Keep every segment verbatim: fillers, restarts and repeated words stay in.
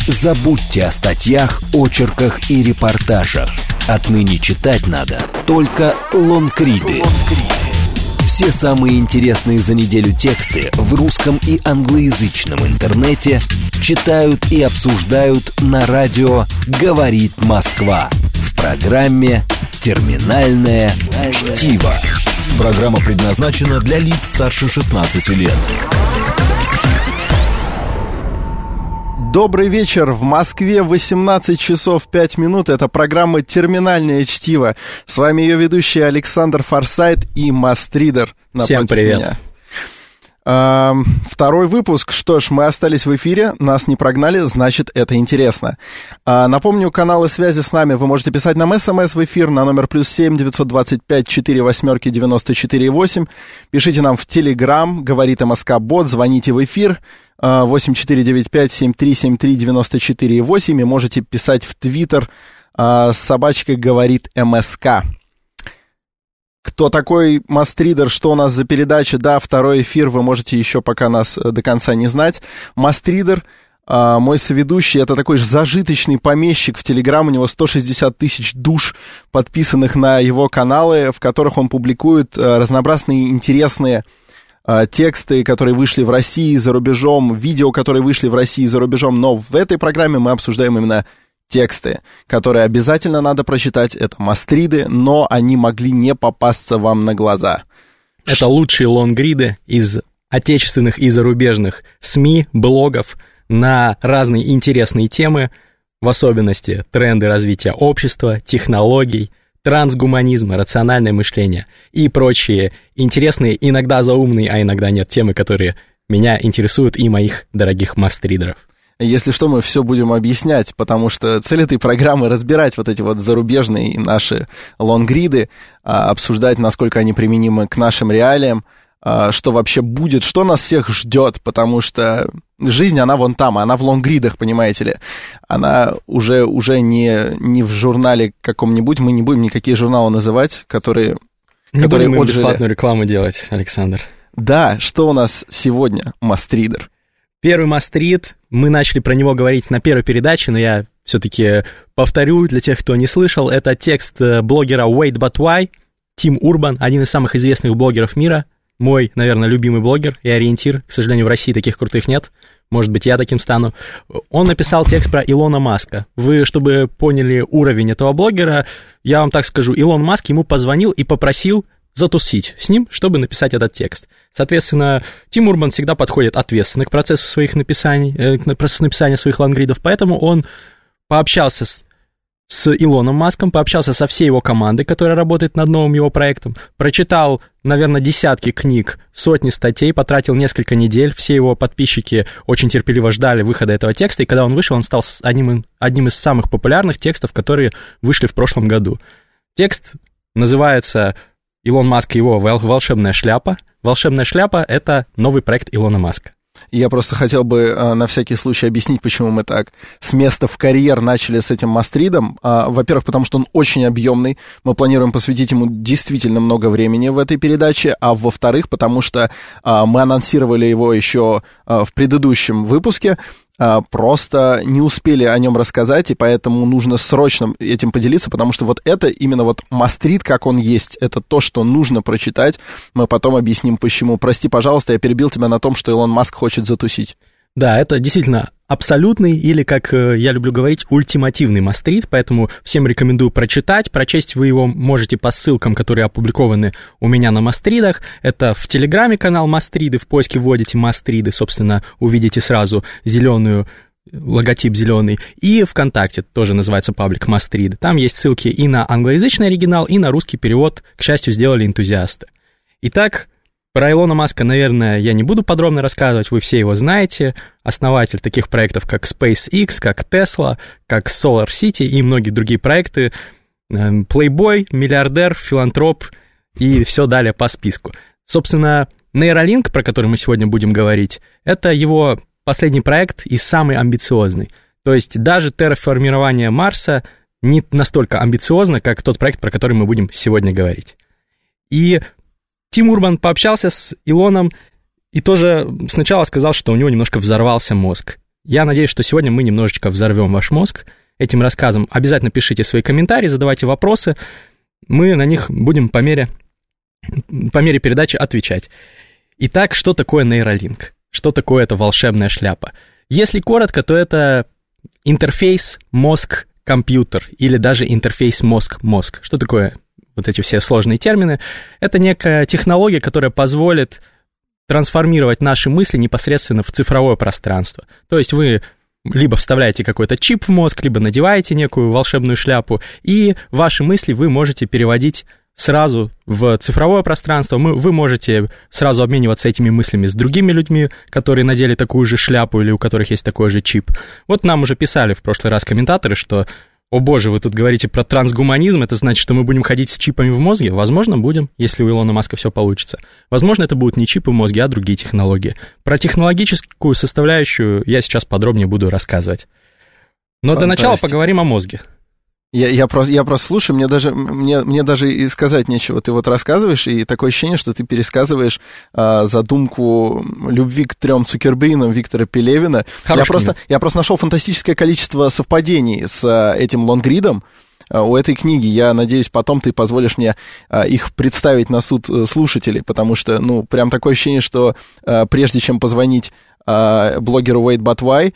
Забудьте о статьях, очерках и репортажах. Отныне читать надо только лонгриды. Все самые интересные за неделю тексты в русском и англоязычном интернете читают и обсуждают на радио «Говорит Москва» в программе «Терминальное чтиво». Программа предназначена для лиц старше шестнадцати лет. Добрый вечер. В Москве восемнадцать часов пять минут. Это программа «Терминальное чтиво». С вами ее ведущий Александр Форсайт и Мастридер. Всем привет. Меня. А, второй выпуск. Что ж, мы остались в эфире, нас не прогнали, значит, это интересно. А, напомню, каналы связи с нами. Вы можете писать нам смс в эфир на номер плюс семь девятьсот двадцать пять четыре восьмерки девяносто четыре восемь. Пишите нам в Телеграм, говорит МСК Бот, звоните в эфир восемь четыре девять пять семь три семь три девяносто четыре восемь, и можете писать в Твиттер с собачкой говорит МСК. Кто такой Мастридер, что у нас за передача? Да, второй эфир, вы можете еще пока нас до конца не знать. Мастридер, мой соведущий, это такой же зажиточный помещик в Телеграм, у него сто шестьдесят тысяч душ, подписанных на его каналы, в которых он публикует разнообразные интересные тексты, которые вышли в России и за рубежом, видео, которые вышли в России и за рубежом, но в этой программе мы обсуждаем именно тексты, которые обязательно надо прочитать. Это мастриды, но они могли не попасться вам на глаза. Это лучшие лонгриды из отечественных и зарубежных СМИ, блогов на разные интересные темы, в особенности тренды развития общества, технологий, трансгуманизм, рациональное мышление и прочие интересные, иногда заумные, а иногда нет, темы, которые меня интересуют и моих дорогих мастридеров. Если что, мы все будем объяснять, потому что цель этой программы — разбирать вот эти вот зарубежные наши лонгриды, обсуждать, насколько они применимы к нашим реалиям, что вообще будет, что нас всех ждет, потому что жизнь, она вон там, она в лонгридах, понимаете ли. Она уже, уже не, не в журнале каком-нибудь, мы не будем никакие журналы называть, которые, не которые будем им отжили. Бесплатную рекламу делать, Александр. Да, что у нас сегодня, Мастридер? Первый мастрид, мы начали про него говорить на первой передаче, но я все-таки повторю для тех, кто не слышал, это текст блогера Wait But Why, Тим Урбан, один из самых известных блогеров мира, мой, наверное, любимый блогер и ориентир. К сожалению, в России таких крутых нет. Может быть, я таким стану. Он написал текст про Илона Маска. Вы, чтобы поняли уровень этого блогера, я вам так скажу, Илон Маск ему позвонил и попросил затусить с ним, чтобы написать этот текст. Соответственно, Тим Урбан всегда подходит ответственно к процессу своих написаний, э, к процессу написания своих лонгридов, поэтому он пообщался с с Илоном Маском, пообщался со всей его командой, которая работает над новым его проектом, прочитал, наверное, десятки книг, сотни статей, потратил несколько недель, все его подписчики очень терпеливо ждали выхода этого текста, и когда он вышел, он стал одним, одним из самых популярных текстов, которые вышли в прошлом году. Текст называется «Илон Маск и его волшебная шляпа». Волшебная шляпа — это новый проект Илона Маска. Я просто хотел бы э, на всякий случай объяснить, почему мы так с места в карьер начали с этим мастридом. Э, во-первых, потому что он очень объемный, мы планируем посвятить ему действительно много времени в этой передаче, а во-вторых, потому что э, мы анонсировали его еще э, в предыдущем выпуске, э, просто не успели о нем рассказать, и поэтому нужно срочно этим поделиться, потому что вот это именно вот мастрид, как он есть, это то, что нужно прочитать. Мы потом объясним, почему. Прости, пожалуйста, я перебил тебя на том, что Илон Маск хочет затусить. Да, это действительно абсолютный или, как я люблю говорить, ультимативный мастрид, поэтому всем рекомендую прочитать. Прочесть вы его можете по ссылкам, которые опубликованы у меня на мастридах. Это в Телеграме канал Мастриды, в поиске вводите Мастриды, собственно, увидите сразу зеленую логотип зеленый, и ВКонтакте тоже называется паблик Мастриды. Там есть ссылки и на англоязычный оригинал, и на русский перевод, к счастью, сделали энтузиасты. Итак, про Илона Маска, наверное, я не буду подробно рассказывать, вы все его знаете. Основатель таких проектов, как SpaceX, как Tesla, как Solar City и многие другие проекты. Плейбой, миллиардер, филантроп и все далее по списку. Собственно, Neuralink, про который мы сегодня будем говорить, это его последний проект и самый амбициозный. То есть даже терраформирование Марса не настолько амбициозно, как тот проект, про который мы будем сегодня говорить. И Тим Урбан пообщался с Илоном и тоже сначала сказал, что у него немножко взорвался мозг. Я надеюсь, что сегодня мы немножечко взорвем ваш мозг этим рассказом. Обязательно пишите свои комментарии, задавайте вопросы. Мы на них будем по мере, по мере передачи отвечать. Итак, что такое нейролинк? Что такое эта волшебная шляпа? Если коротко, то это интерфейс мозг-компьютер или даже интерфейс мозг-мозг. Что такое вот эти все сложные термины? Это некая технология, которая позволит трансформировать наши мысли непосредственно в цифровое пространство. То есть вы либо вставляете какой-то чип в мозг, либо надеваете некую волшебную шляпу, и ваши мысли вы можете переводить сразу в цифровое пространство, мы, вы можете сразу обмениваться этими мыслями с другими людьми, которые надели такую же шляпу или у которых есть такой же чип. Вот нам уже писали в прошлый раз комментаторы, что, о боже, вы тут говорите про трансгуманизм, это значит, что мы будем ходить с чипами в мозге? Возможно, будем, если у Илона Маска все получится. Возможно, это будут не чипы в мозге, а другие технологии. Про технологическую составляющую я сейчас подробнее буду рассказывать. Но Фантастика. До начала поговорим о мозге. Я, я, просто, я просто слушаю, мне даже, мне, мне даже и сказать нечего. Ты вот рассказываешь, и такое ощущение, что ты пересказываешь а, задумку любви к трем Цукербринам Виктора Пелевина. Я просто, я просто нашел фантастическое количество совпадений с а, этим лонгридом а, у этой книги. Я надеюсь, потом ты позволишь мне а, их представить на суд слушателей, потому что, ну, прям такое ощущение, что а, прежде чем позвонить блогеру Wait But Why,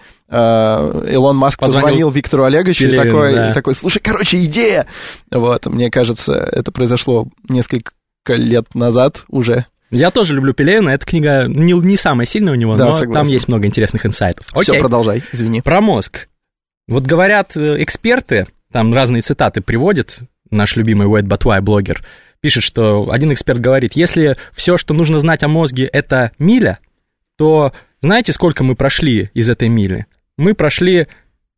Илон Маск позвонил, позвонил Виктору Олеговичу Пелевин, и, такой, да. и такой, слушай, короче, идея! Вот, мне кажется, это произошло несколько лет назад уже. Я тоже люблю Пелевина, эта книга не, не самая сильная у него, да, но согласен. Там есть много интересных инсайтов. Все, Окей. Продолжай, извини. Про мозг. Вот говорят эксперты, там разные цитаты приводит, наш любимый Wait But Why блогер, пишет, что один эксперт говорит, если все, что нужно знать о мозге, это миля, то знаете, сколько мы прошли из этой мили? Мы прошли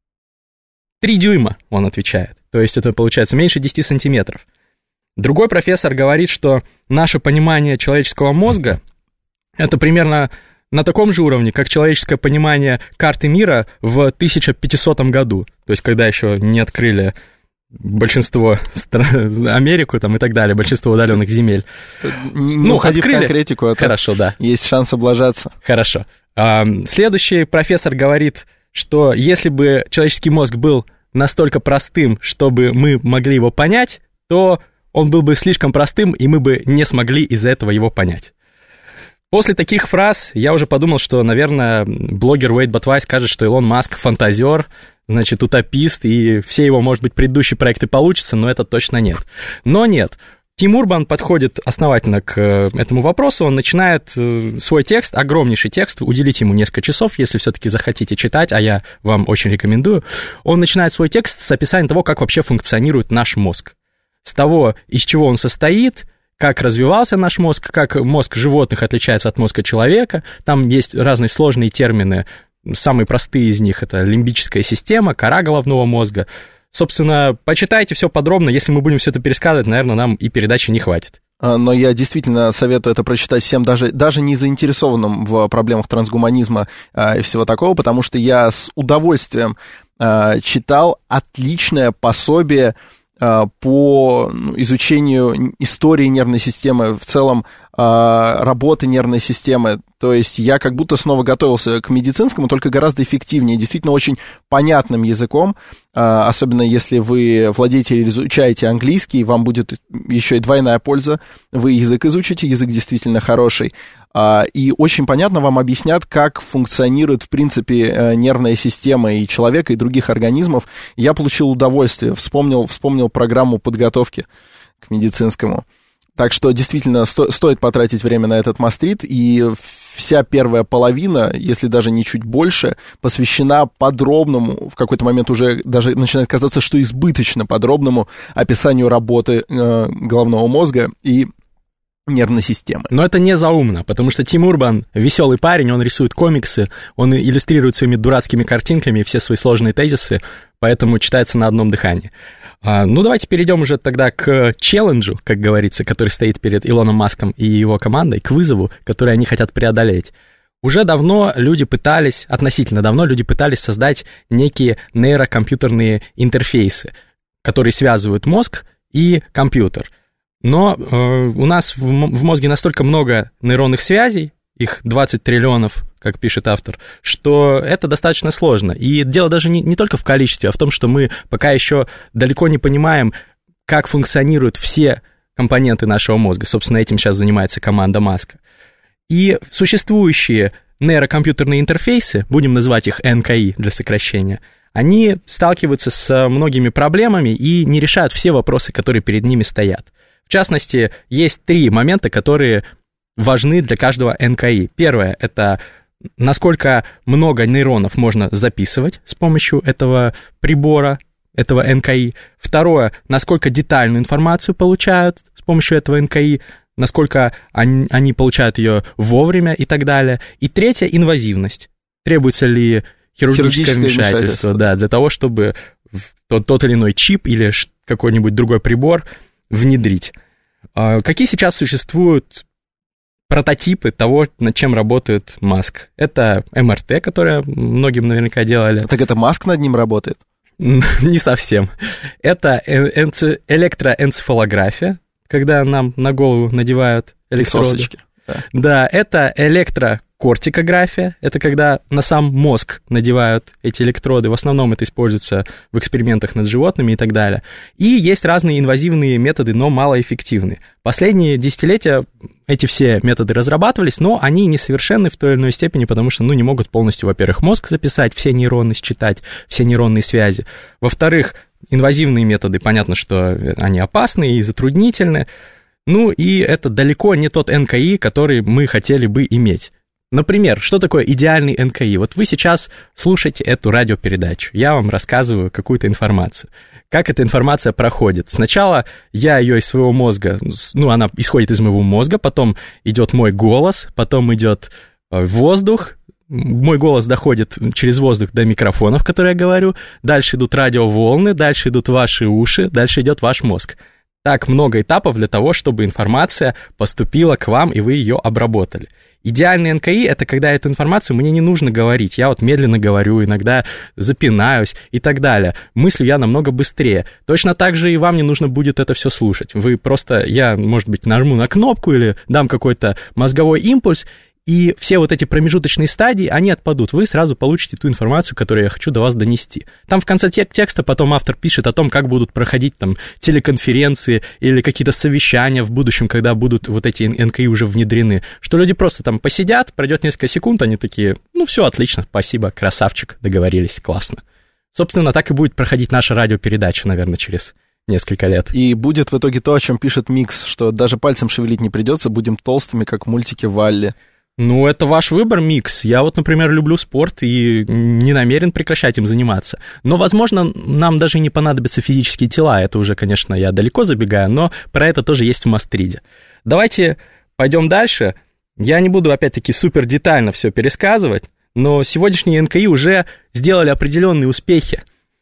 три дюйма, он отвечает. То есть это получается меньше десяти сантиметров. Другой профессор говорит, что наше понимание человеческого мозга это примерно на таком же уровне, как человеческое понимание карты мира в тысяча пятисотом году. То есть когда еще не открыли большинство стран, Америку там и так далее, большинство удаленных земель. Не ну, уходи открыли. В конкретику, а то Хорошо, да. Есть шанс облажаться. Хорошо. Следующий профессор говорит, что если бы человеческий мозг был настолько простым, чтобы мы могли его понять, то он был бы слишком простым, и мы бы не смогли из-за этого его понять. После таких фраз я уже подумал, что, наверное, блогер Wait But Why скажет, что Илон Маск фантазер, значит, утопист, и все его, может быть, предыдущие проекты получатся, но это точно нет. Но нет. Тим Урбан подходит основательно к этому вопросу, он начинает свой текст, огромнейший текст, уделите ему несколько часов, если все-таки захотите читать, а я вам очень рекомендую. Он начинает свой текст с описания того, как вообще функционирует наш мозг. С того, из чего он состоит, как развивался наш мозг, как мозг животных отличается от мозга человека. Там есть разные сложные термины, самые простые из них — это лимбическая система, кора головного мозга. Собственно, почитайте все подробно, если мы будем все это пересказывать, наверное, нам и передачи не хватит. Но я действительно советую это прочитать всем, даже, даже не заинтересованным в проблемах трансгуманизма и всего такого, потому что я с удовольствием читал отличное пособие по изучению истории нервной системы, в целом работы нервной системы. То есть я как будто снова готовился к медицинскому, только гораздо эффективнее, действительно очень понятным языком, особенно если вы владеете или изучаете английский, вам будет еще и двойная польза, вы язык изучите, язык действительно хороший, и очень понятно вам объяснят, как функционирует, в принципе, нервная система и человека, и других организмов. Я получил удовольствие, вспомнил, вспомнил программу подготовки к медицинскому. Так что действительно сто, стоит потратить время на этот мастрит, и вся первая половина, если даже не чуть больше, посвящена подробному, в какой-то момент уже даже начинает казаться, что избыточно подробному описанию работы э, головного мозга и нервной системы. Но это не заумно, потому что Тим Урбан веселый парень, он рисует комиксы, он иллюстрирует своими дурацкими картинками все свои сложные тезисы, поэтому читается на одном дыхании. Ну, давайте перейдем уже тогда к челленджу, как говорится, который стоит перед Илоном Маском и его командой, к вызову, который они хотят преодолеть. Уже давно люди пытались, относительно давно люди пытались создать некие нейрокомпьютерные интерфейсы, которые связывают мозг и компьютер. Но э, у нас в, в мозге настолько много нейронных связей, их двадцать триллионов, как пишет автор, что это достаточно сложно. И дело даже не, не только в количестве, а в том, что мы пока еще далеко не понимаем, как функционируют все компоненты нашего мозга. Собственно, этим сейчас занимается команда Маска. И существующие нейрокомпьютерные интерфейсы, будем называть их эн ка и для сокращения, они сталкиваются с многими проблемами и не решают все вопросы, которые перед ними стоят. В частности, есть три момента, которые важны для каждого эн ка и. Первое — это насколько много нейронов можно записывать с помощью этого прибора, этого эн ка и. Второе — насколько детальную информацию получают с помощью этого эн ка и, насколько они, они получают ее вовремя и так далее. И третье — инвазивность. Требуется ли хирургическое, хирургическое вмешательство, вмешательство. Да, для того, чтобы тот, тот или иной чип или какой-нибудь другой прибор внедрить. Какие сейчас существуют прототипы того, над чем работает Маск? Это эм эр тэ, которое многим наверняка делали. Так это Маск над ним работает? Не совсем. Это электроэнцефалография, когда нам на голову надевают электроды. Сосочки. Да. да, это электрокортикография, это когда на сам мозг надевают эти электроды, в основном это используется в экспериментах над животными и так далее. И есть разные инвазивные методы, но малоэффективные. Последние десятилетия эти все методы разрабатывались, но они несовершенны в той или иной степени, потому что, ну, не могут полностью, во-первых, мозг записать, все нейроны считать, все нейронные связи. Во-вторых, инвазивные методы, понятно, что они опасны и затруднительны. Ну, и это далеко не тот эн ка и, который мы хотели бы иметь. Например, что такое идеальный эн ка и? Вот вы сейчас слушаете эту радиопередачу, я вам рассказываю какую-то информацию. Как эта информация проходит? Сначала я ее из своего мозга, ну, она исходит из моего мозга, потом идет мой голос, потом идет воздух, мой голос доходит через воздух до микрофонов, которые я говорю, дальше идут радиоволны, дальше идут ваши уши, дальше идет ваш мозг. Так много этапов для того, чтобы информация поступила к вам, и вы ее обработали. Идеальный эн ка и — это когда эту информацию мне не нужно говорить. Я вот медленно говорю, иногда запинаюсь и так далее. Мыслю я намного быстрее. Точно так же и вам не нужно будет это все слушать. Вы просто, я, может быть, нажму на кнопку или дам какой-то мозговой импульс, и все вот эти промежуточные стадии, они отпадут. Вы сразу получите ту информацию, которую я хочу до вас донести. Там в конце тек- текста потом автор пишет о том, как будут проходить там телеконференции или какие-то совещания в будущем, когда будут вот эти эн ка и уже внедрены. Что люди просто там посидят, пройдет несколько секунд, они такие, ну все, отлично, спасибо, красавчик, договорились, классно. Собственно, так и будет проходить наша радиопередача, наверное, через несколько лет. И будет в итоге то, о чем пишет Микс, что даже пальцем шевелить не придется, будем толстыми, как в мультике Валли. Ну, это ваш выбор, Микс. Я вот, например, люблю спорт и не намерен прекращать им заниматься. Но, возможно, нам даже не понадобятся физические тела. Это уже, конечно, я далеко забегаю, но про это тоже есть в Мастриде. Давайте пойдем дальше. Я не буду, опять-таки, супер детально все пересказывать, но сегодняшние эн ка и уже сделали определенные успехи.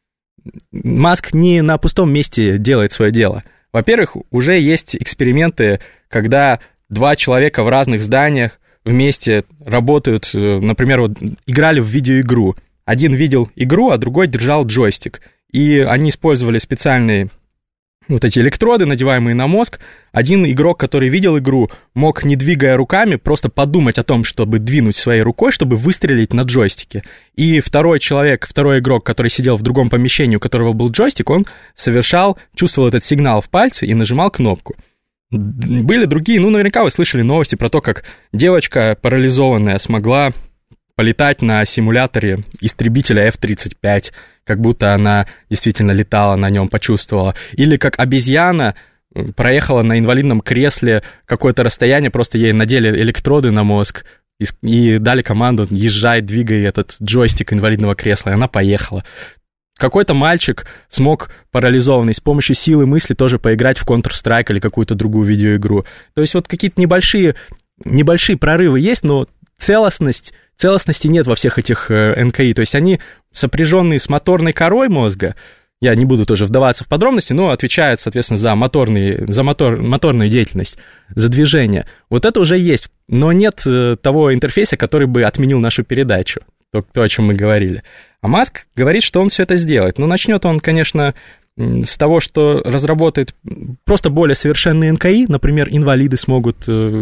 Маск не на пустом месте делает свое дело. Во-первых, уже есть эксперименты, когда два человека в разных зданиях вместе работают, например, вот играли в видеоигру. Один видел игру, а другой держал джойстик. И они использовали специальные вот эти электроды, надеваемые на мозг. Один игрок, который видел игру, мог, не двигая руками, просто подумать о том, чтобы двинуть своей рукой, чтобы выстрелить на джойстике. И второй человек, второй игрок, который сидел в другом помещении, у которого был джойстик, он совершал, чувствовал этот сигнал в пальце и нажимал кнопку. Были другие, ну, наверняка вы слышали новости про то, как девочка парализованная смогла полетать на симуляторе истребителя эф тридцать пять, как будто она действительно летала на нем, почувствовала. Или как обезьяна проехала на инвалидном кресле какое-то расстояние, просто ей надели электроды на мозг и, и дали команду «езжай, двигай этот джойстик инвалидного кресла», и она поехала. Какой-то мальчик смог, парализованный, с помощью силы мысли тоже поиграть в Counter-Strike или какую-то другую видеоигру. То есть вот какие-то небольшие, небольшие прорывы есть, но целостность, целостности нет во всех этих эн ка и. То есть они сопряженные с моторной корой мозга, я не буду тоже вдаваться в подробности, но отвечают, соответственно, за, моторный, за мотор, моторную деятельность, за движение. Вот это уже есть, но нет того интерфейса, который бы отменил нашу передачу. То, то, о чем мы говорили. А Маск говорит, что он все это сделает. Но начнет он, конечно, с того, что разработает просто более совершенные эн ка и. Например, инвалиды смогут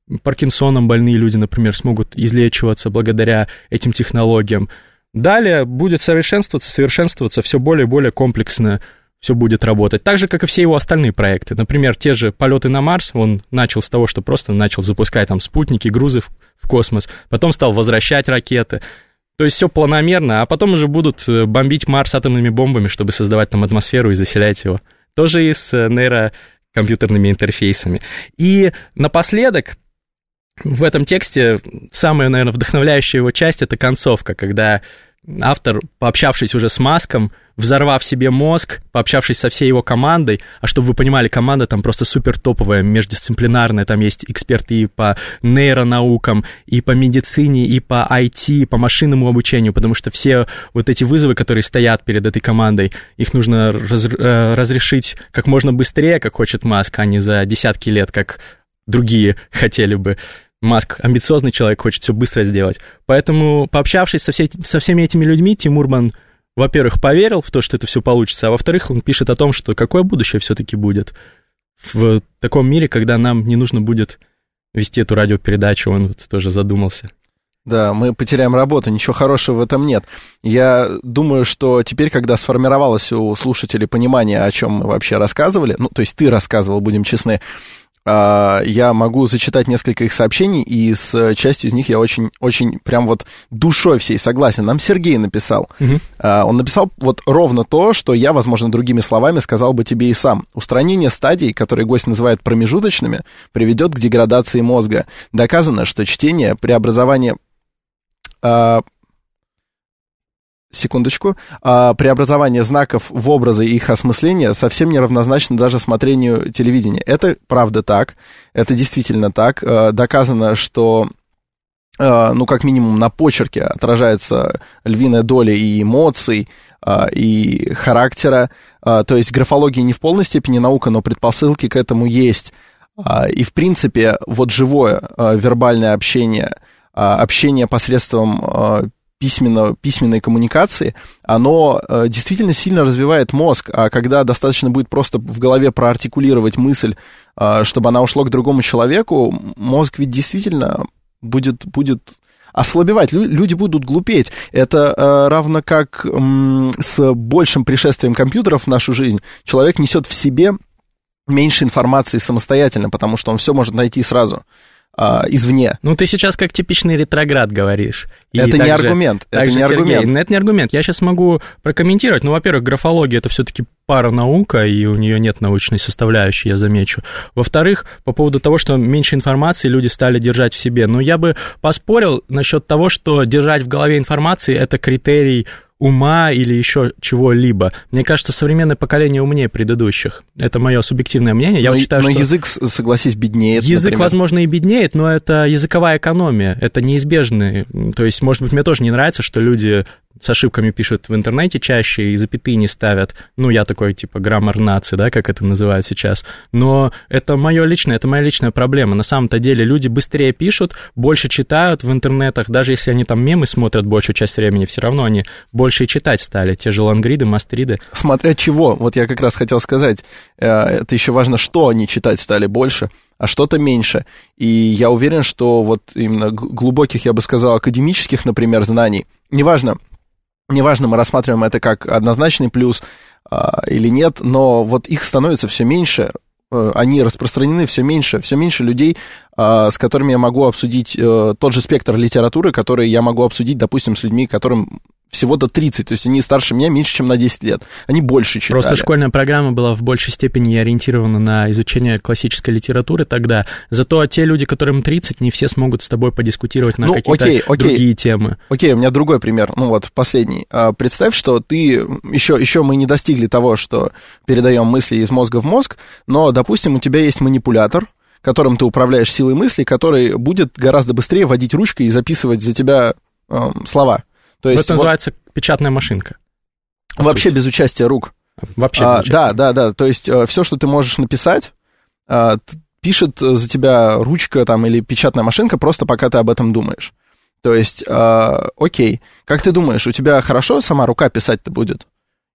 Паркинсоном больные люди, например, смогут излечиваться благодаря этим технологиям. Далее будет совершенствоваться, совершенствоваться, все более и более комплексно все будет работать. Так же, как и все его остальные проекты. Например, те же полеты на Марс, он начал с того, что просто начал запускать там спутники, грузы в, в космос, потом стал возвращать ракеты. То есть все планомерно, а потом уже будут бомбить Марс атомными бомбами, чтобы создавать там атмосферу и заселять его. Тоже и с нейрокомпьютерными интерфейсами. И напоследок, в этом тексте самая, наверное, вдохновляющая его часть — это концовка, когда автор, пообщавшись уже с Маском, взорвав себе мозг, пообщавшись со всей его командой, а чтобы вы понимали, команда там просто супер топовая, междисциплинарная, там есть эксперты и по нейронаукам, и по медицине, и по ай ти, и по машинному обучению, потому что все вот эти вызовы, которые стоят перед этой командой, их нужно раз, разрешить как можно быстрее, как хочет Маск, а не за десятки лет, как другие хотели бы. Маск амбициозный человек, хочет все быстро сделать. Поэтому, пообщавшись со, всей, со всеми этими людьми, Тим Урбан, во-первых, поверил в то, что это все получится, а во-вторых, он пишет о том, что какое будущее все-таки будет в таком мире, когда нам не нужно будет вести эту радиопередачу, он вот тоже задумался. Да, мы потеряем работу, ничего хорошего в этом нет. Я думаю, что теперь, когда сформировалось у слушателей понимание, о чем мы вообще рассказывали, ну, то есть ты рассказывал, будем честны, я могу зачитать несколько их сообщений, и с частью из них я очень, очень прям вот душой всей согласен. Нам Сергей написал. Uh-huh. Он написал вот ровно то, что я, возможно, другими словами сказал бы тебе и сам. Устранение стадий, которые гость называет промежуточными, приведет к деградации мозга. Доказано, что чтение, преобразование... Секундочку. А, преобразование знаков в образы и их осмысление совсем не равнозначно даже смотрению телевидения. Это правда так. Это действительно так. А, доказано, что, а, ну, как минимум, на почерке отражается львиная доля и эмоций, а, и характера. А, то есть графология не в полной степени наука, но предпосылки к этому есть. А, и, в принципе, вот живое а, вербальное общение, а, общение посредством... А, Письменно, письменной коммуникации, оно э, действительно сильно развивает мозг, а когда достаточно будет просто в голове проартикулировать мысль, э, чтобы она ушла к другому человеку, мозг ведь действительно будет, будет ослабевать, Лю- люди будут глупеть. Это э, равно как э, с большим пришествием компьютеров в нашу жизнь человек несет в себе меньше информации самостоятельно, потому что он все может найти сразу. Извне. Ну, ты сейчас как типичный ретроград говоришь. И это не же, аргумент. Это не Сергей, аргумент. Это не аргумент. Я сейчас могу прокомментировать. Ну, во-первых, графология — это все-таки паранаука, и у нее нет научной составляющей, я замечу. Во-вторых, по поводу того, что меньше информации люди стали держать в себе. Ну, я бы поспорил насчет того, что держать в голове информации — это критерий ума или еще чего-либо. Мне кажется, современное поколение умнее предыдущих. Это мое субъективное мнение. Я но, вот считаю, но что язык, согласись, беднеет. Язык, например. возможно, и беднеет, но это языковая экономия. Это неизбежно. То есть, может быть, мне тоже не нравится, что люди с ошибками пишут в интернете чаще и запятые не ставят. Ну, я такой, типа, граммар нации, да, как это называют сейчас. Но это мое личное, это моя личная проблема. На самом-то деле люди быстрее пишут, больше читают в интернетах. Даже если они там мемы смотрят большую часть времени, все равно они больше и читать стали. Те же лонгриды, мастриды. Смотря чего. Вот я как раз хотел сказать. Это еще важно, что они читать стали больше, а что-то меньше. И я уверен, что вот именно глубоких, я бы сказал, академических, например, знаний, неважно, Неважно, мы рассматриваем это как однозначный плюс а, или нет, но вот их становится все меньше, а, они распространены все меньше, все меньше людей, а, с которыми я могу обсудить а, тот же спектр литературы, который я могу обсудить, допустим, с людьми, которым всего-то тридцать, то есть они старше меня меньше, чем на десять лет, они больше читали. Просто школьная программа была в большей степени ориентирована на изучение классической литературы тогда, зато те люди, которым тридцать, не все смогут с тобой подискутировать на ну, какие-то окей, окей. другие темы. Окей, у меня другой пример, ну вот, последний. Представь, что ты, еще, еще мы не достигли того, что передаем мысли из мозга в мозг, но, допустим, у тебя есть манипулятор, которым ты управляешь силой мысли, который будет гораздо быстрее водить ручкой и записывать за тебя э, слова. То есть, это вот, называется печатная машинка. Вообще сути. Без участия рук. Вообще а, без участия. Да, да, да. То есть все, что ты можешь написать, пишет за тебя ручка там, или печатная машинка, просто пока ты об этом думаешь. То есть, окей. Как ты думаешь, у тебя хорошо сама рука писать-то будет?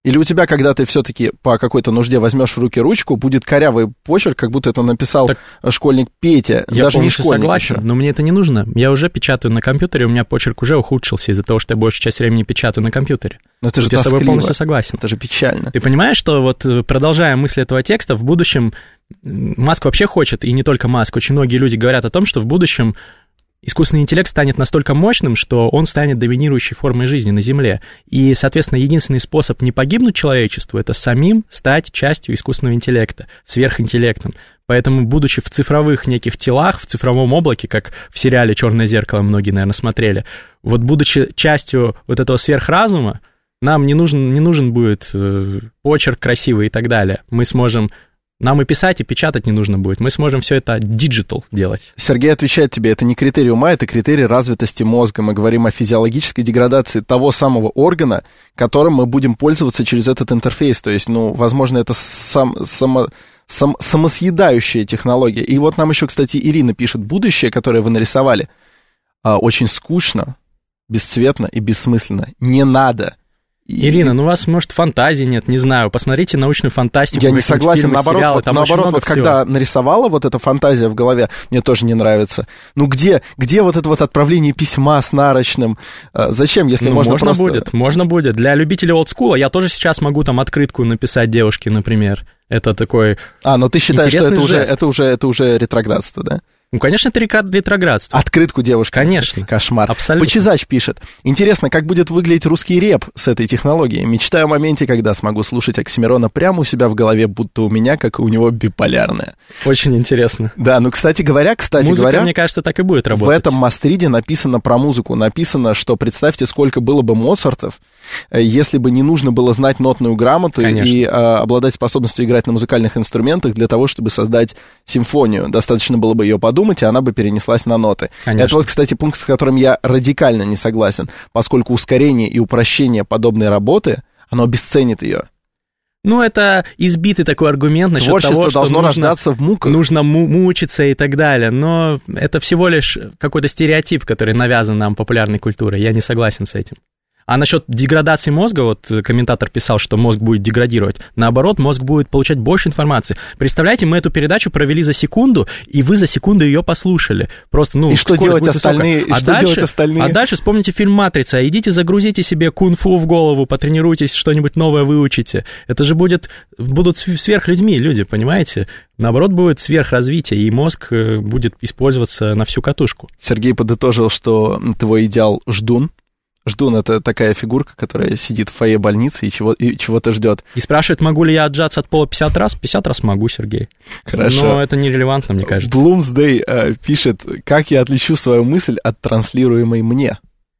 Или у тебя, когда ты все-таки по какой-то нужде возьмешь в руки ручку, будет корявый почерк, как будто это написал так школьник Петя, я даже не школьник согласен, еще. Но мне это не нужно. Я уже печатаю на компьютере, у меня почерк уже ухудшился из-за того, что я большую часть времени печатаю на компьютере. Но это же я с тобой полностью согласен. Это же печально. Ты понимаешь, что вот продолжая мысль этого текста, в будущем Маск вообще хочет, и не только Маск, очень многие люди говорят о том, что в будущем искусственный интеллект станет настолько мощным, что он станет доминирующей формой жизни на Земле. И, соответственно, единственный способ не погибнуть человечеству — это самим стать частью искусственного интеллекта, сверхинтеллектом. Поэтому, будучи в цифровых неких телах, в цифровом облаке, как в сериале «Черное зеркало» многие, наверное, смотрели, вот будучи частью вот этого сверхразума, нам не нужен, не нужен будет почерк красивый и так далее. Мы сможем... Нам и писать, и печатать не нужно будет. Мы сможем все это диджитал делать. Сергей отвечает тебе, это не критерий ума, это критерий развитости мозга. Мы говорим о физиологической деградации того самого органа, которым мы будем пользоваться через этот интерфейс. То есть, ну, возможно, это сам, само, сам, самосъедающая технология. И вот нам еще, кстати, Ирина пишет, будущее, которое вы нарисовали, очень скучно, бесцветно и бессмысленно. Не надо. И... Ирина, ну у вас, может, фантазии нет, не знаю, посмотрите научную фантастику. Я не согласен, фильмы, наоборот, сериалы, вот, наоборот вот когда нарисовала вот эта фантазия в голове, мне тоже не нравится. Ну где, где вот это вот отправление письма с нарочным? Зачем, если ну, можно, можно просто... будет, можно будет. Для любителей олдскула я тоже сейчас могу там открытку написать девушке, например. Это такой А, но ты считаешь, что это жест. уже, это, уже, это уже ретроградство, да? Ну, конечно, это ретроградство. Открытку девушки. Конечно. Кошмар. Абсолютно. Почизач пишет. Интересно, как будет выглядеть русский рэп с этой технологией? Мечтаю о моменте, когда смогу слушать Оксимирона прямо у себя в голове, будто у меня, как и у него, биполярная. Очень интересно. Да, ну, кстати говоря, кстати Музыка, говоря... мне кажется, так и будет работать. В этом мастриде написано про музыку. Написано, что представьте, сколько было бы Моцартов, если бы не нужно было знать нотную грамоту Конечно. и а, обладать способностью играть на музыкальных инструментах для того, чтобы создать симфонию. Достаточно было бы ее подумать, и она бы перенеслась на ноты. Конечно. Это вот, кстати, пункт, с которым я радикально не согласен, поскольку ускорение и упрощение подобной работы, оно обесценит ее. Ну, это избитый такой аргумент насчет Творчество того, что должно нужно, рождаться в муках. Нужно му- мучиться и так далее, но это всего лишь какой-то стереотип, который навязан нам популярной культурой. Я не согласен с этим. А насчет деградации мозга, вот комментатор писал, что мозг будет деградировать. Наоборот, мозг будет получать больше информации. Представляете, мы эту передачу провели за секунду, и вы за секунду ее послушали. Просто, ну, и что делать остальные? И а что дальше, делать остальные? А дальше вспомните фильм «Матрица». Идите, загрузите себе кунг-фу в голову, потренируйтесь, что-нибудь новое выучите. Это же будет, будут сверхлюдьми люди, понимаете? Наоборот, будет сверхразвитие, и мозг будет использоваться на всю катушку. Сергей подытожил, что твой идеал — ждун. Ждун — это такая фигурка, которая сидит в фойе больницы и, чего, и чего-то ждет. И спрашивает, могу ли я отжаться от пола пятьдесят раз? пятьдесят раз могу, Сергей. Хорошо. Но это нерелевантно, мне кажется. Bloomsday э, пишет, как я отличу свою мысль от транслируемой мне.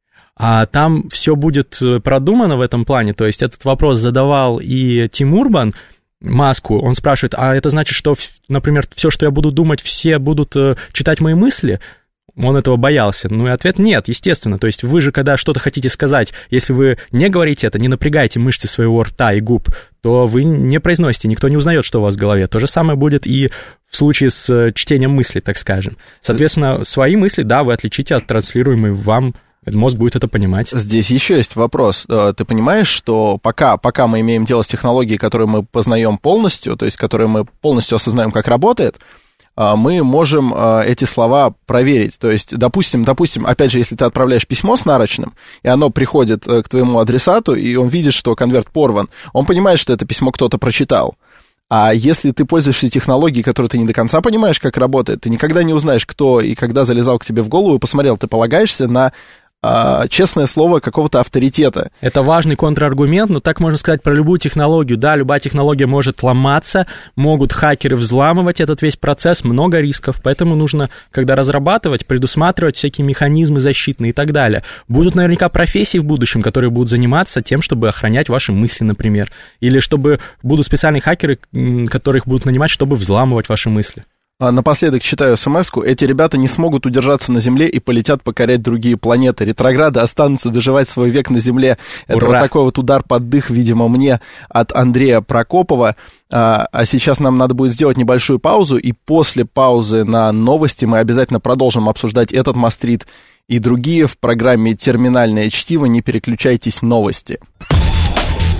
А там все будет продумано в этом плане, то есть этот вопрос задавал и Тим Урбан Маску, он спрашивает, а это значит, что, например, все, что я буду думать, все будут читать мои мысли? Он этого боялся. Ну и ответ нет, естественно. То есть вы же, когда что-то хотите сказать, если вы не говорите это, не напрягаете мышцы своего рта и губ, то вы не произносите, никто не узнает, что у вас в голове. То же самое будет и в случае с чтением мыслей, так скажем. Соответственно, свои мысли, да, вы отличите от транслируемой вам. Мозг будет это понимать. Здесь еще есть вопрос. Ты понимаешь, что пока, пока мы имеем дело с технологией, которую мы познаем полностью, то есть которую мы полностью осознаем, как работает, мы можем эти слова проверить. То есть, допустим, допустим, опять же, если ты отправляешь письмо с нарочным, и оно приходит к твоему адресату, и он видит, что конверт порван, он понимает, что это письмо кто-то прочитал. А если ты пользуешься технологией, которую ты не до конца понимаешь, как работает, ты никогда не узнаешь, кто и когда залезал к тебе в голову и посмотрел. Ты полагаешься на честное слово какого-то авторитета. Это важный контраргумент, но так можно сказать про любую технологию. Да, любая технология может ломаться, могут хакеры взламывать этот весь процесс, много рисков, поэтому нужно, когда разрабатывать, предусматривать всякие механизмы защитные и так далее. Будут наверняка профессии в будущем, которые будут заниматься тем, чтобы охранять ваши мысли, например, или чтобы будут специальные хакеры, которых будут нанимать, чтобы взламывать ваши мысли. Напоследок читаю смс-ку. Эти ребята не смогут удержаться на Земле и полетят покорять другие планеты. Ретрограды останутся доживать свой век на Земле. Это Ура! Вот такой вот удар под дых, видимо, мне от Андрея Прокопова. А, а сейчас нам надо будет сделать небольшую паузу, и после паузы на новости мы обязательно продолжим обсуждать этот мастрит и другие в программе «Терминальное чтиво». Не переключайтесь, новости.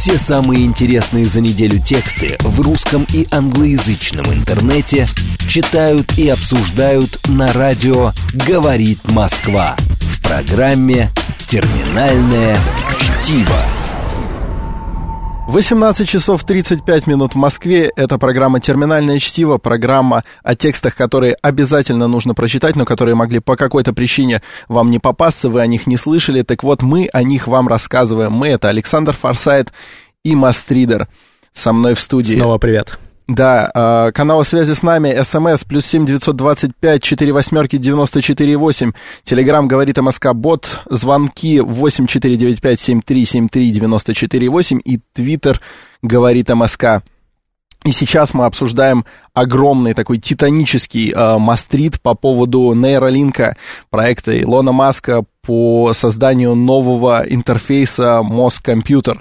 Все самые интересные за неделю тексты в русском и англоязычном интернете читают и обсуждают на радио «Говорит Москва» в программе «Терминальное чтиво». восемнадцать часов тридцать пять минут в Москве. Это программа «Терминальное чтиво», программа о текстах, которые обязательно нужно прочитать, но которые могли по какой-то причине вам не попасться, вы о них не слышали. Так вот, мы о них вам рассказываем. Мы — это Александр Форсайт и Мастридер со мной в студии. Снова привет. Да, э, каналы связи с нами, СМС, плюс семь девятьсот двадцать пять четыре восьмерки девяносто четыре восемь, Телеграм «Говорит МСК» бот, звонки восемь четыре девять пять семь три семь три девяносто четыре восемь и Твиттер «Говорит МСК». И сейчас мы обсуждаем огромный такой титанический э, мастрит по поводу нейролинка, проекта Илона Маска по созданию нового интерфейса мозг-компьютер.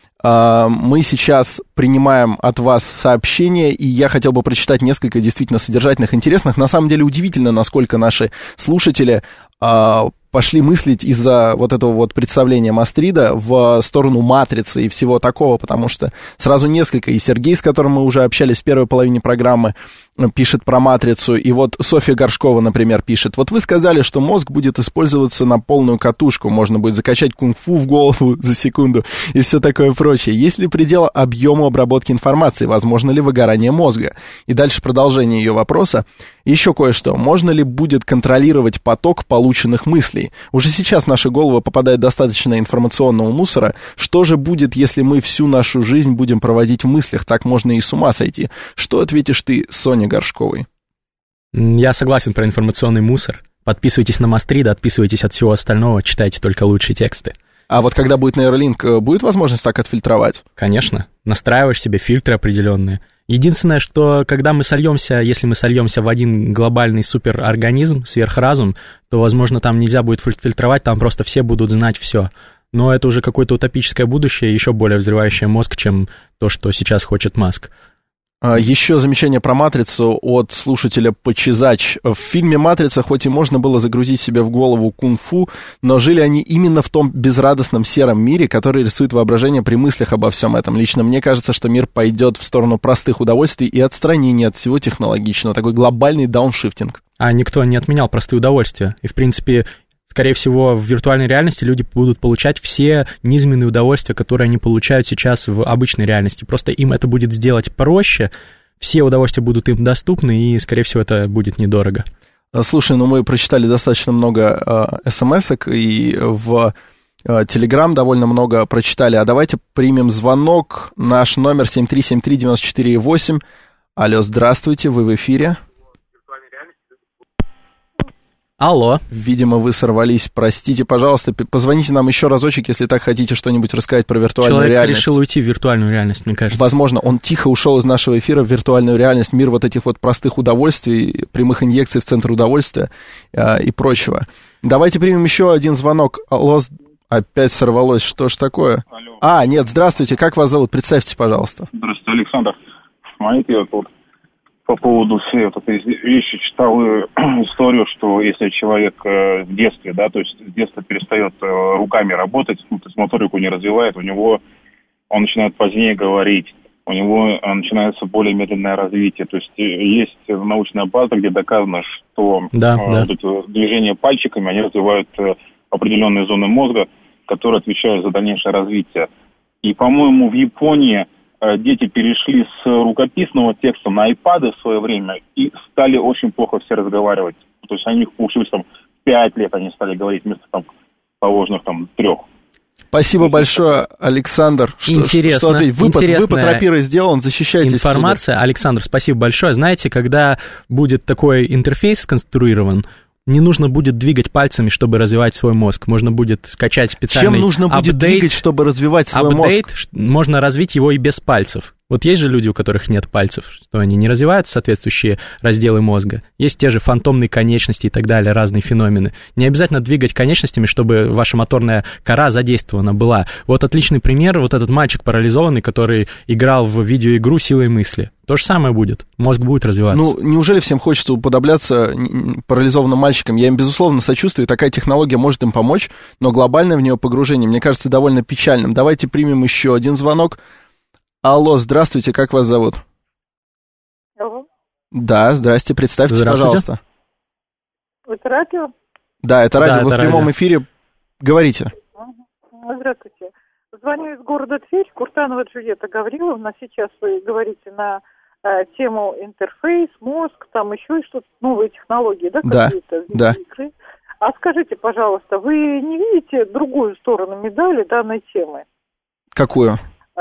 Мы сейчас принимаем от вас сообщения, и я хотел бы прочитать несколько действительно содержательных, интересных. На самом деле удивительно, насколько наши слушатели пошли мыслить из-за вот этого вот представления Мастрида в сторону матрицы и всего такого, потому что сразу несколько, и Сергей, с которым мы уже общались в первой половине программы, пишет про матрицу, и вот Софья Горшкова, например, пишет: вот вы сказали, что мозг будет использоваться на полную катушку, можно будет закачать кунг-фу в голову за секунду и все такое прочее. Есть ли предел объему обработки информации, возможно ли выгорание мозга? И дальше продолжение ее вопроса. Еще кое-что. Можно ли будет контролировать поток полученных мыслей? Уже сейчас в наши головы попадает достаточно информационного мусора. Что же будет, если мы всю нашу жизнь будем проводить в мыслях? Так можно и с ума сойти. Что ответишь ты, Соне Горшковой? Я согласен про информационный мусор. Подписывайтесь на Мастрида, отписывайтесь от всего остального, читайте только лучшие тексты. А вот когда будет нейролинк, будет возможность так отфильтровать? Конечно. Настраиваешь себе фильтры определенные. Единственное, что когда мы сольемся, если мы сольемся в один глобальный суперорганизм, сверхразум, то, возможно, там нельзя будет фильтровать, там просто все будут знать все. Но это уже какое-то утопическое будущее, еще более взрывающее мозг, чем то, что сейчас хочет Маск. Еще замечание про «Матрицу» от слушателя Почезач. В фильме «Матрица» хоть и можно было загрузить себе в голову кунг-фу, но жили они именно в том безрадостном сером мире, который рисует воображение при мыслях обо всем этом. Лично мне кажется, что мир пойдет в сторону простых удовольствий и отстранения от всего технологичного. Такой глобальный дауншифтинг. А никто не отменял простые удовольствия. И, в принципе, скорее всего, в виртуальной реальности люди будут получать все низменные удовольствия, которые они получают сейчас в обычной реальности. Просто им это будет сделать проще, все удовольствия будут им доступны, и, скорее всего, это будет недорого. Слушай, ну мы прочитали достаточно много э, смс-ок, и в э, Телеграм довольно много прочитали. А давайте примем звонок. Наш номер семь три семь три девять четыре восемь. Алло, здравствуйте, вы в эфире. Алло. Видимо, вы сорвались. Простите, пожалуйста, позвоните нам еще разочек, если так хотите что-нибудь рассказать про виртуальную Человек реальность. Человек решил уйти в виртуальную реальность, мне кажется. Возможно, он тихо ушел из нашего эфира в виртуальную реальность, мир вот этих вот простых удовольствий, прямых инъекций в центр удовольствия э, и прочего. Давайте примем еще один звонок. Алло, опять сорвалось. Что ж такое? Алло. А, нет, здравствуйте. Как вас зовут? Представьте, пожалуйста. Здравствуйте, Александр. Смотрите, вот, вот по поводу всей вот этой вещи читал историю, что если человек э, в детстве, да, то есть с детства перестает э, руками работать, ну, то есть моторику не развивает, у него он начинает позднее говорить, у него э, начинается более медленное развитие. То есть э, есть научная база, где доказано, что да, э, да. вот эти движения пальчиками, они развивают э, определенные зоны мозга, которые отвечают за дальнейшее развитие. И, по-моему, в Японии дети перешли с рукописного текста на айпады в свое время и стали очень плохо все разговаривать. То есть они получилось там пять лет они стали говорить вместо там положенных там трех. Спасибо это большое, Александр. Что, интересно. Что ответить? Выпад, выпад рапиры сделан, защищайтесь. Информация. Сюда. Александр, спасибо большое. Знаете, когда будет такой интерфейс сконструирован, не нужно будет двигать пальцами, чтобы развивать свой мозг. Можно будет скачать специальный Чем нужно будет апдейт, двигать, чтобы развивать свой апдейт, мозг? Можно развить его и без пальцев. Вот есть же люди, у которых нет пальцев, что они не развивают соответствующие разделы мозга. Есть те же фантомные конечности и так далее, разные феномены. Не обязательно двигать конечностями, чтобы ваша моторная кора задействована была. Вот отличный пример, вот этот мальчик парализованный, который играл в видеоигру «Силой мысли». То же самое будет. Мозг будет развиваться. Ну, неужели всем хочется уподобляться парализованным мальчикам? Я им, безусловно, сочувствую, такая технология может им помочь, но глобальное в нее погружение, мне кажется, довольно печальным. Давайте примем еще один звонок. Алло, здравствуйте, как вас зовут? Алло. Да, здрасте, представьтесь, Здравствуйте. пожалуйста. Это радио? Да, это радио, Да, вы это в прямом радио. эфире. Говорите. Здравствуйте. Звоню из города Тверь, Куртанова Джульетта Гавриловна. Сейчас вы говорите на э, тему интерфейс, мозг, там еще и что-то, новые технологии, да, Да, какие-то? да. Игры. А скажите, пожалуйста, вы не видите другую сторону медали данной темы? Какую?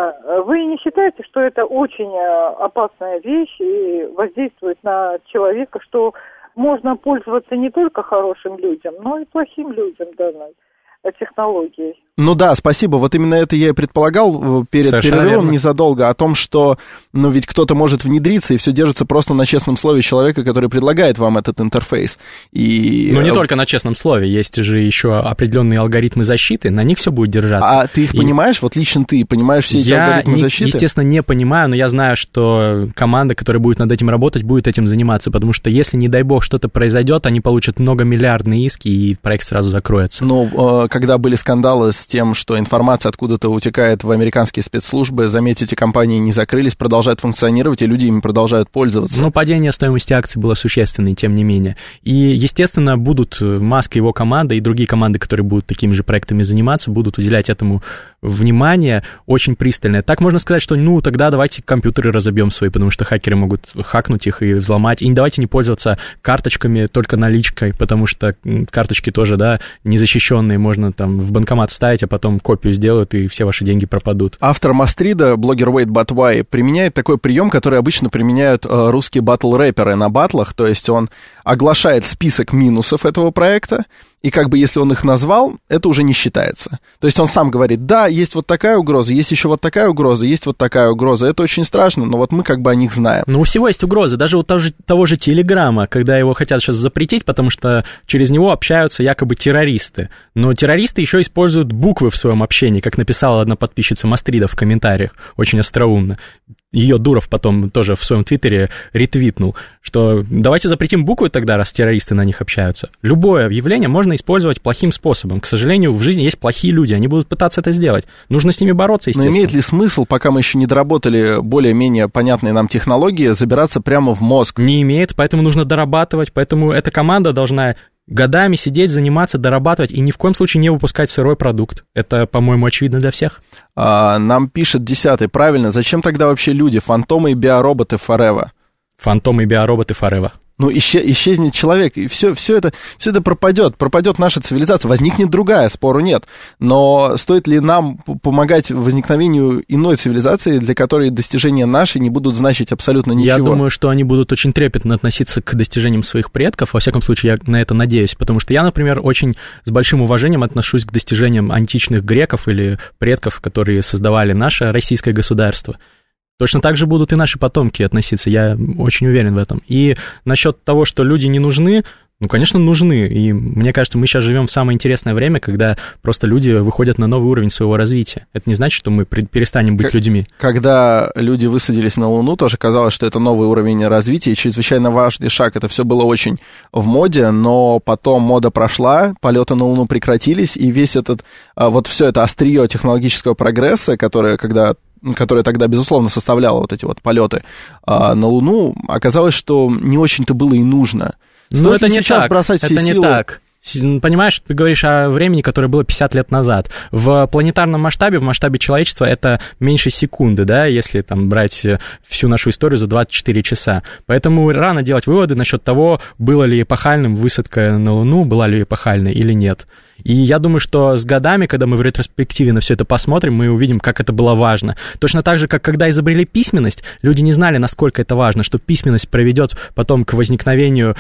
Вы не считаете, что это очень опасная вещь и воздействует на человека, что можно пользоваться не только хорошим людям, но и плохим людям данной технологией? Ну да, спасибо. Вот именно это я и предполагал перед Совершенно перерывом верно. незадолго, о том, что, ну, ведь кто-то может внедриться, и все держится просто на честном слове человека, который предлагает вам этот интерфейс. И... Ну, не только на честном слове, есть же еще определенные алгоритмы защиты, на них все будет держаться. А ты их И понимаешь? Вот лично ты понимаешь все эти я, алгоритмы не- защиты? естественно, не понимаю, но я знаю, что команда, которая будет над этим работать, будет этим заниматься, потому что если, не дай бог, что-то произойдет, они получат многомиллиардные иски, и проект сразу закроется. Ну, э, когда были скандалы с тем, что информация откуда-то утекает в американские спецслужбы, заметьте, эти компании не закрылись, продолжают функционировать, и люди ими продолжают пользоваться. Ну, падение стоимости акций было существенное, тем не менее. И, естественно, будут Маск и его команда, и другие команды, которые будут такими же проектами заниматься, будут уделять этому внимание очень пристальное. Так можно сказать, что, ну, тогда давайте компьютеры разобьем свои, потому что хакеры могут хакнуть их и взломать. И давайте не пользоваться карточками, только наличкой, потому что карточки тоже, да, незащищенные, можно там в банкомат ставить, а потом копию сделают, и все ваши деньги пропадут. Автор Мастрида, блогер Wait But Why, применяет такой прием, который обычно применяют э, русские батл-рэперы на батлах, то есть он оглашает список минусов этого проекта, и как бы если он их назвал, это уже не считается. То есть он сам говорит, да, есть вот такая угроза, есть еще вот такая угроза, есть вот такая угроза, это очень страшно, но вот мы как бы о них знаем. Ну, у всего есть угрозы, даже у того же, того же Телеграма, когда его хотят сейчас запретить, потому что через него общаются якобы террористы. Но террористы еще используют буквы в своем общении, как написала одна подписчица Мастрида в комментариях, очень остроумно. Ее Дуров потом тоже в своем твиттере ретвитнул, что давайте запретим буквы тогда, раз террористы на них общаются. Любое явление можно использовать плохим способом. К сожалению, в жизни есть плохие люди, они будут пытаться это сделать. Нужно с ними бороться, естественно. Но имеет ли смысл, пока мы еще не доработали более-менее понятные нам технологии, забираться прямо в мозг? Не имеет, поэтому нужно дорабатывать, поэтому эта команда должна годами сидеть, заниматься, дорабатывать и ни в коем случае не выпускать сырой продукт. Это, по-моему, очевидно для всех. А, нам пишет десятый, правильно, зачем тогда вообще люди, фантомы и биороботы forever? Фантомы и биороботы forever. Ну, исчез, исчезнет человек, и все, все, это, все это пропадет, пропадет наша цивилизация, возникнет другая, спору нет. Но стоит ли нам помогать возникновению иной цивилизации, для которой достижения наши не будут значить абсолютно ничего? Я думаю, что они будут очень трепетно относиться к достижениям своих предков, во всяком случае, я на это надеюсь, потому что я, например, очень с большим уважением отношусь к достижениям античных греков или предков, которые создавали наше российское государство. Точно так же будут и наши потомки относиться, я очень уверен в этом. И насчет того, что люди не нужны, ну, конечно, нужны. И мне кажется, мы сейчас живем в самое интересное время, когда просто люди выходят на новый уровень своего развития. Это не значит, что мы перестанем быть как, людьми. Когда люди высадились на Луну, тоже казалось, что это новый уровень развития, и чрезвычайно важный шаг. Это все было очень в моде, но потом мода прошла, полеты на Луну прекратились, и весь этот, вот все это острие технологического прогресса, которое, когда... которая тогда, безусловно, составляла вот эти вот полеты а, на Луну, оказалось, что не очень-то было и нужно. Но это не сейчас так, бросать все это не силы? так. Понимаешь, ты говоришь о времени, которое было пятьдесят лет назад. В планетарном масштабе, в масштабе человечества это меньше секунды, да, если там брать всю нашу историю за двадцать четыре часа. Поэтому рано делать выводы насчет того, было ли эпохальным высадка на Луну, была ли эпохальной или нет. И я думаю, что с годами, когда мы в ретроспективе на все это посмотрим, мы увидим, как это было важно. Точно так же, как когда изобрели письменность, люди не знали, насколько это важно, что письменность приведет потом к возникновению,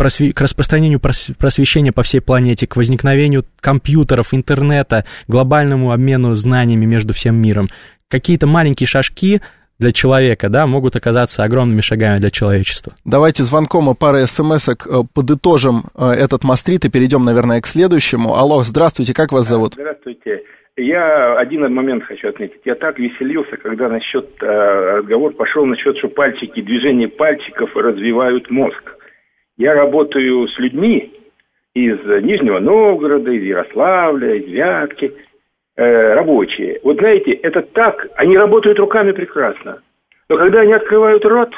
к распространению просвещения по всей планете, к возникновению компьютеров, интернета, глобальному обмену знаниями между всем миром. Какие-то маленькие шажки для человека, да, могут оказаться огромными шагами для человечества. Давайте звонком и парой смс-ок подытожим этот мастрит и перейдем, наверное, к следующему. Алло, здравствуйте, как вас зовут? Здравствуйте. Я один момент хочу отметить. Я так веселился, когда насчет э, разговор пошел насчет, что пальчики, движение пальчиков развивают мозг. Я работаю с людьми из Нижнего Новгорода, из Ярославля, из Вятки, э, рабочие. Вот знаете, это так, они работают руками прекрасно. Но когда они открывают рот,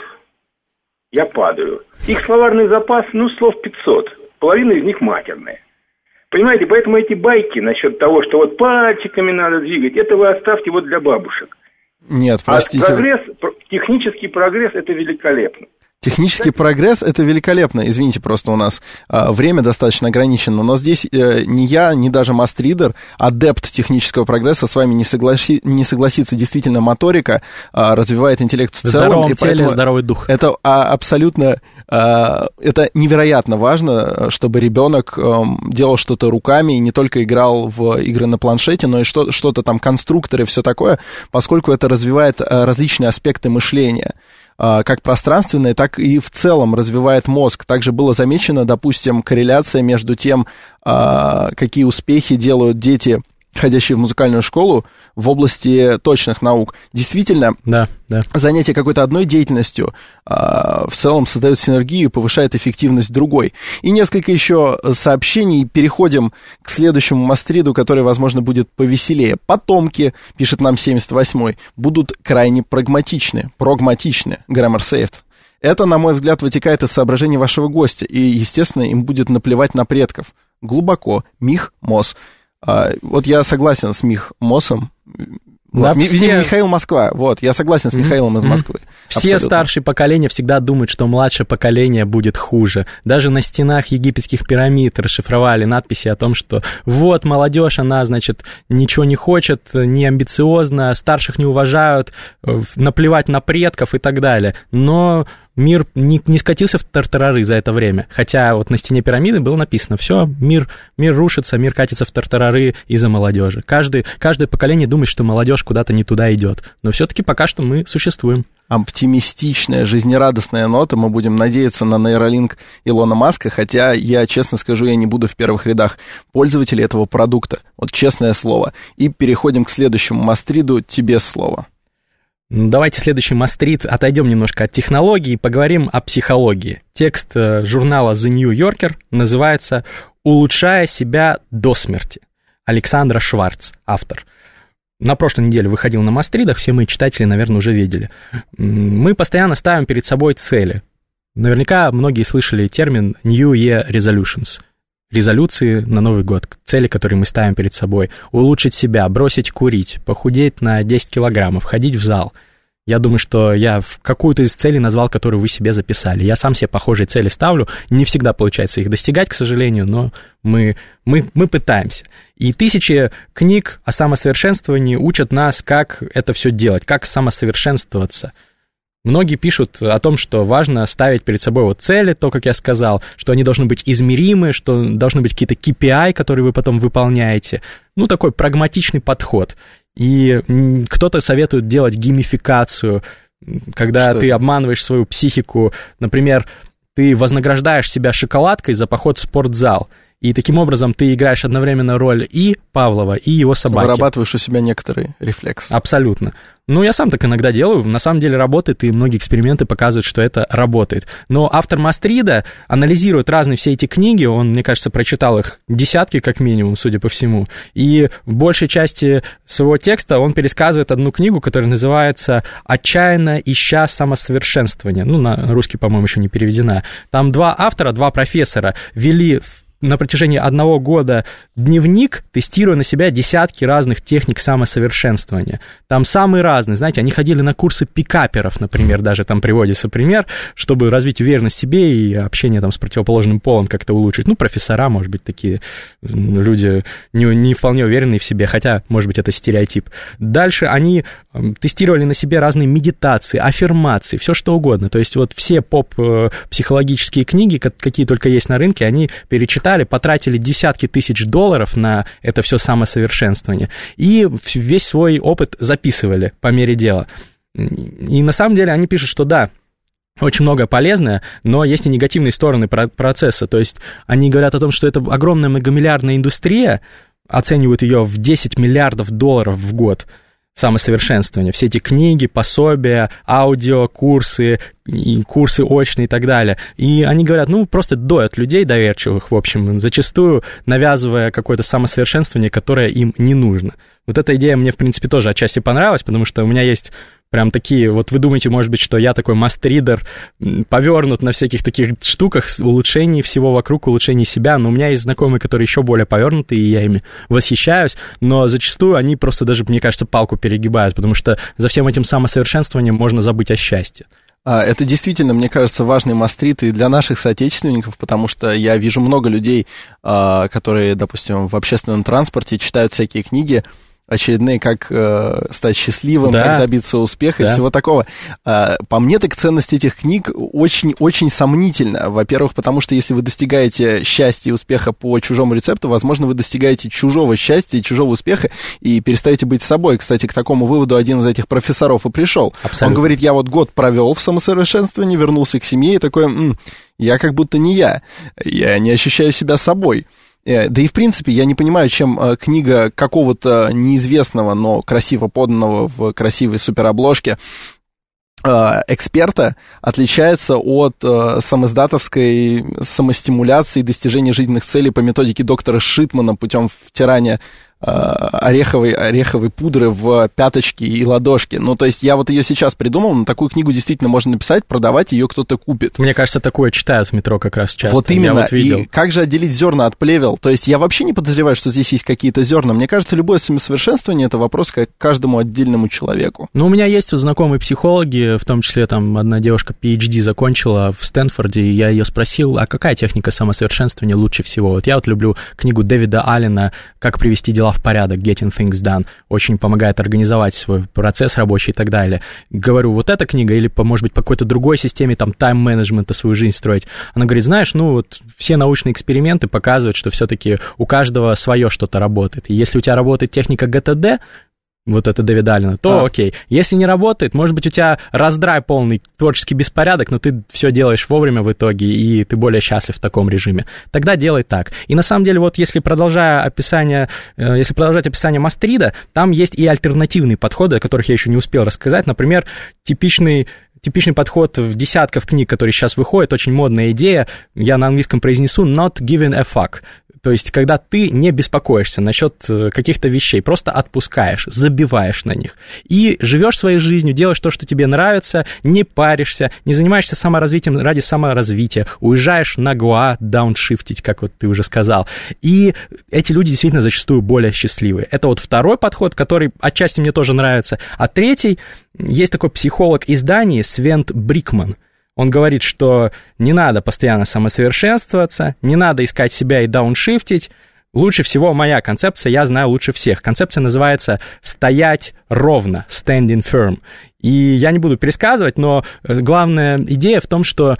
я падаю. Их словарный запас, ну, слов пятьсот. Половина из них матерные. Понимаете, поэтому эти байки насчет того, что вот пальчиками надо двигать, это вы оставьте вот для бабушек. Нет, простите. А прогресс, технический прогресс, это великолепно. Технический прогресс — это великолепно. Извините, просто у нас а, время достаточно ограничено. Но здесь э, ни я, ни даже мастридер, адепт технического прогресса, с вами не, согласи, не согласится. Действительно, моторика а, развивает интеллект в целом. В здоровом теле здоровый дух. Это а, абсолютно... А, это невероятно важно, чтобы ребенок а, делал что-то руками и не только играл в игры на планшете, но и что, что-то там, конструкторы, все такое, поскольку это развивает а, различные аспекты мышления, как пространственное, так и в целом развивает мозг. Также было замечено, допустим, корреляция между тем, какие успехи делают дети, ходящие в музыкальную школу, в области точных наук. Действительно, да, да. занятие какой-то одной деятельностью а, в целом создает синергию и повышает эффективность другой. И несколько еще сообщений. Переходим к следующему мастриду, который, возможно, будет повеселее. Потомки, пишет нам семьдесят восьмой, будут крайне прагматичны, прагматичны, grammar saved. Это, на мой взгляд, вытекает из соображений вашего гостя, и, естественно, им будет наплевать на предков. Глубоко. Мих Мос. А, вот я согласен с Мих Мосом. Да, вот. все... Михаил Москва. Вот, я согласен с Михаилом mm-hmm. из Москвы. Все Абсолютно. Старшие поколения всегда думают, что младшее поколение будет хуже. Даже на стенах египетских пирамид расшифровали надписи о том, что вот молодежь, она, значит, ничего не хочет, не амбициозна, старших не уважают, наплевать на предков и так далее. Но мир не, не скатился в тартарары за это время. Хотя вот на стене пирамиды было написано: все, мир, мир рушится, мир катится в тартарары из-за молодежи. Каждый, каждое поколение думает, что молодежь куда-то не туда идет. Но все-таки пока что мы существуем. Оптимистичная, жизнерадостная нота. Мы будем надеяться на нейролинк Илона Маска, хотя я, честно скажу, я не буду в первых рядах пользователей этого продукта. Вот честное слово. И переходим к следующему мастриду. Тебе слово. Давайте следующий мастрит, отойдем немножко от технологий и поговорим о психологии. Текст журнала The New Yorker называется «Улучшая себя до смерти». Александра Шварц, автор. На прошлой неделе выходил на мастридах, все мы, читатели, наверное, уже видели. Мы постоянно ставим перед собой цели. Наверняка многие слышали термин New Year Resolutions. Резолюции на Новый год, цели, которые мы ставим перед собой. Улучшить себя, бросить курить, похудеть на десять килограммов, ходить в зал. Я думаю, что я в какую-то из целей назвал, которую вы себе записали. Я сам себе похожие цели ставлю. Не всегда получается их достигать, к сожалению, но мы, мы, мы пытаемся. И тысячи книг о самосовершенствовании учат нас, как это все делать, как самосовершенствоваться. Многие пишут о том, что важно ставить перед собой вот цели, то, как я сказал, что они должны быть измеримы, что должны быть какие-то кей пи ай, которые вы потом выполняете. Ну, такой прагматичный подход. И кто-то советует делать геймификацию, когда что ты это? обманываешь свою психику. Например, ты вознаграждаешь себя шоколадкой за поход в спортзал. И таким образом ты играешь одновременно роль и Павлова, и его собаки. Вырабатываешь у себя некоторые рефлексы. Абсолютно. Ну, я сам так иногда делаю. На самом деле работает, и многие эксперименты показывают, что это работает. Но автор Мастрида анализирует разные все эти книги. Он, мне кажется, прочитал их десятки, как минимум, судя по всему. И в большей части своего текста он пересказывает одну книгу, которая называется «Отчаянно ища самосовершенствование». Ну, на русский, по-моему, еще не переведена. Там два автора, два профессора вели на протяжении одного года дневник, тестируя на себя десятки разных техник самосовершенствования. Там самые разные, знаете, они ходили на курсы пикаперов, например, даже там приводится пример, чтобы развить уверенность в себе и общение там с противоположным полом как-то улучшить. Ну, профессора, может быть, такие люди не, не вполне уверенные в себе, хотя, может быть, это стереотип. Дальше они тестировали на себе разные медитации, аффирмации, все что угодно. То есть вот все поп-психологические книги, какие только есть на рынке, они перечитали, потратили десятки тысяч долларов на это все самосовершенствование и весь свой опыт записывали по мере дела. И на самом деле они пишут, что да, очень многое полезное, но есть и негативные стороны процесса. То есть они говорят о том, что это огромная многомиллиардная индустрия, оценивают ее в десять миллиардов долларов в год, самосовершенствование. Все эти книги, пособия, аудио, курсы, и курсы очные и так далее. И они говорят, ну, просто доят людей доверчивых, в общем, зачастую навязывая какое-то самосовершенствование, которое им не нужно. Вот эта идея мне, в принципе, тоже отчасти понравилась, потому что у меня есть прям такие, вот вы думаете, может быть, что я такой мастридер, повернут на всяких таких штуках, улучшений всего вокруг, улучшений себя, но у меня есть знакомые, которые еще более повернуты, и я ими восхищаюсь, но зачастую они просто даже, мне кажется, палку перегибают, потому что за всем этим самосовершенствованием можно забыть о счастье. Это действительно, мне кажется, важный мастрит и для наших соотечественников, потому что я вижу много людей, которые, допустим, в общественном транспорте читают всякие книги, очередные, как э, стать счастливым, да. как добиться успеха да. и всего такого. Э, по мне, так ценность этих книг очень-очень сомнительна. Во-первых, потому что если вы достигаете счастья и успеха по чужому рецепту, возможно, вы достигаете чужого счастья и чужого успеха и перестаете быть собой. Кстати, к такому выводу один из этих профессоров и пришел. Абсолютно. Он говорит, я вот год провел в самосовершенствовании, вернулся к семье и такой, м-м, я как будто не я, я не ощущаю себя собой. Да и, в принципе, я не понимаю, чем книга какого-то неизвестного, но красиво поданного в красивой суперобложке эксперта отличается от самоиздатовской самостимуляции и достижения жизненных целей по методике доктора Шитмана путем втирания ореховой, ореховой пудры в пяточки и ладошки. Ну, то есть я вот ее сейчас придумал, но такую книгу действительно можно написать, продавать, ее кто-то купит. Мне кажется, такое читают в метро как раз часто. Вот именно. Вот видел. И как же отделить зерна от плевел? То есть я вообще не подозреваю, что здесь есть какие-то зерна. Мне кажется, любое самосовершенствование — это вопрос к каждому отдельному человеку. Ну, у меня есть вот знакомые психологи, в том числе там одна девушка пи эйч ди закончила в Стэнфорде, и я ее спросил, а какая техника самосовершенствования лучше всего? Вот я вот люблю книгу Дэвида Аллена «Как привести дела в порядок», Getting Things Done, очень помогает организовать свой процесс рабочий и так далее. Говорю, вот эта книга или, по, может быть, по какой-то другой системе, там, тайм-менеджмента свою жизнь строить. Она говорит, знаешь, ну, вот все научные эксперименты показывают, что все-таки у каждого свое что-то работает. И если у тебя работает техника джи ти ди, вот это Дэвида Аллена, то а. окей. Если не работает, может быть, у тебя раздрай полный, творческий беспорядок, но ты все делаешь вовремя в итоге, и ты более счастлив в таком режиме. Тогда делай так. И на самом деле, вот если продолжая описание, если продолжать описание Мастрида, там есть и альтернативные подходы, о которых я еще не успел рассказать. Например, типичный Типичный подход в десятках книг, которые сейчас выходят, очень модная идея, я на английском произнесу not giving a fuck. То есть, когда ты не беспокоишься насчет каких-то вещей, просто отпускаешь, забиваешь на них. И живешь своей жизнью, делаешь то, что тебе нравится, не паришься, не занимаешься саморазвитием ради саморазвития, уезжаешь на Гоа дауншифтить, как вот ты уже сказал. И эти люди действительно зачастую более счастливые. Это вот второй подход, который отчасти мне тоже нравится. А третий, есть такой психолог из Дании, Свент Брикман. Он говорит, что не надо постоянно самосовершенствоваться, не надо искать себя и дауншифтить. Лучше всего моя концепция, я знаю лучше всех. Концепция называется «стоять ровно», «standing firm». И я не буду пересказывать, но главная идея в том, что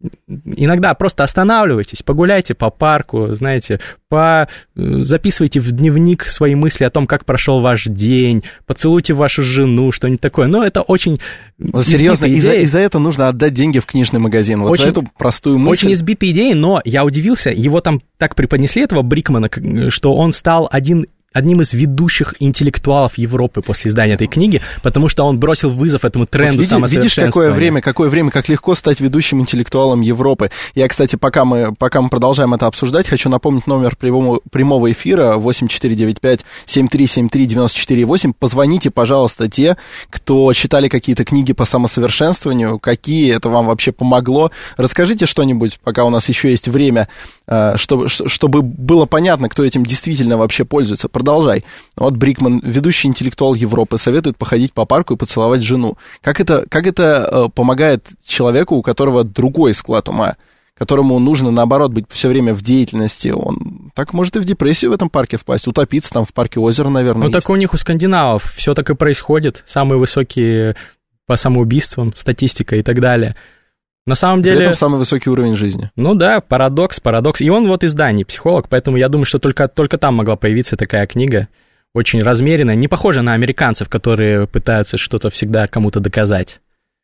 иногда просто останавливайтесь, погуляйте по парку, знаете, по... записывайте в дневник свои мысли о том, как прошел ваш день, поцелуйте вашу жену, что-нибудь такое. Но это очень... Вот серьезно, и за, и за это нужно отдать деньги в книжный магазин. Вот очень, за эту простую мысль. Очень избитые идеи, но я удивился, его там так преподнесли, этого Брикмана, что он стал один... одним из ведущих интеллектуалов Европы после издания этой книги, потому что он бросил вызов этому тренду вот самосовершенствования. Видишь, какое время, какое время, как легко стать ведущим интеллектуалом Европы. Я, кстати, пока мы, пока мы продолжаем это обсуждать, хочу напомнить номер прямого, прямого эфира восемь четыре девять пять семь три семь три девять четыре восемь. Позвоните, пожалуйста, те, кто читали какие-то книги по самосовершенствованию, какие это вам вообще помогло. Расскажите что-нибудь, пока у нас еще есть время, чтобы, чтобы было понятно, кто этим действительно вообще пользуется. Продолжай. Вот Брикман, ведущий интеллектуал Европы, советует походить по парку и поцеловать жену. Как это, как это э, помогает человеку, у которого другой склад ума, которому нужно, наоборот, быть все время в деятельности? Он так может и в депрессию в этом парке впасть, утопиться там в парке озера, наверное, Ну, есть. Так у них, у скандинавов, все так и происходит. Самые высокие по самоубийствам, статистика и так далее. На самом деле... При этом самый высокий уровень жизни. Ну да, парадокс, парадокс. И он вот из Дании, психолог, поэтому я думаю, что только, только там могла появиться такая книга. очень размеренная, не похожа на американцев, которые пытаются что-то всегда кому-то доказать.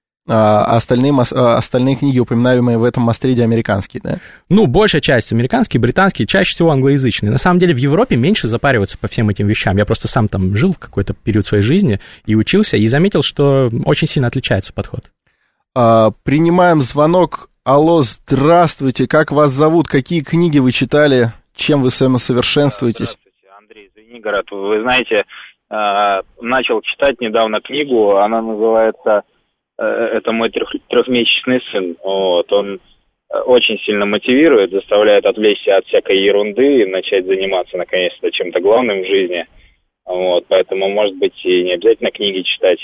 А остальные, остальные книги, упоминаемые в этом Мастриде, американские, да? Ну, большая часть американские, британские, чаще всего англоязычные. На самом деле в Европе меньше запариваться по всем этим вещам. Я просто сам там жил в какой-то период своей жизни и учился, и заметил, что очень сильно отличается подход. А, принимаем звонок. Алло, здравствуйте, как вас зовут, какие книги вы читали, чем вы самосовершенствуетесь? Здравствуйте, Андрей Звенигород. Вы знаете, начал читать недавно книгу, она называется... Это мой трех, трехмесячный сын. Вот, он очень сильно мотивирует, заставляет отвлечься от всякой ерунды и начать заниматься, наконец-то, чем-то главным в жизни. Вот, поэтому, может быть, и не обязательно книги читать.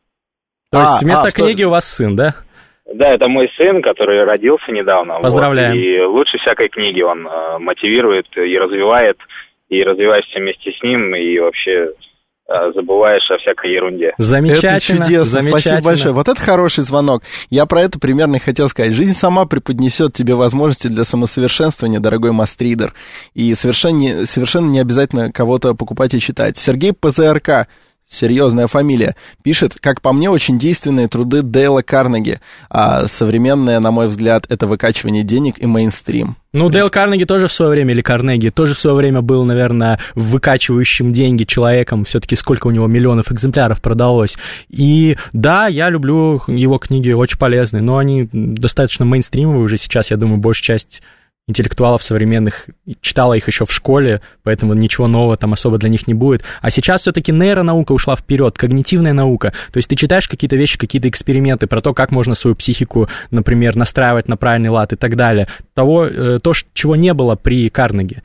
То есть а, вместо а, книги у вас сын, да? Да, это мой сын, который родился недавно. Поздравляем. Вот, и лучше всякой книги он э, мотивирует и развивает, и развиваешься вместе с ним, и вообще... забываешь о всякой ерунде. Замечательно. Это чудесно, замечательно. Спасибо большое. Вот это хороший звонок. Я про это примерно и хотел сказать. Жизнь сама преподнесет тебе возможности для самосовершенствования, дорогой мастридер. И совершенно не, совершенно не обязательно кого-то покупать и читать. Сергей ПЗРК, серьезная фамилия, пишет, как по мне, очень действенные труды Дейла Карнеги. А современное, на мой взгляд, это выкачивание денег и мейнстрим. Ну, Дейл Карнеги тоже в свое время, или Карнеги, тоже в свое время был, наверное, выкачивающим деньги человеком. Все-таки сколько у него миллионов экземпляров продалось. И да, я люблю его книги, очень полезные, но они достаточно мейнстримовые уже сейчас, я думаю, большая часть интеллектуалов современных читала их еще в школе, поэтому ничего нового там особо для них не будет. А сейчас все-таки нейронаука ушла вперед, когнитивная наука. То есть ты читаешь какие-то вещи, какие-то эксперименты про то, как можно свою психику, например, настраивать на правильный лад и так далее. Того, то, чего не было при Карнеге.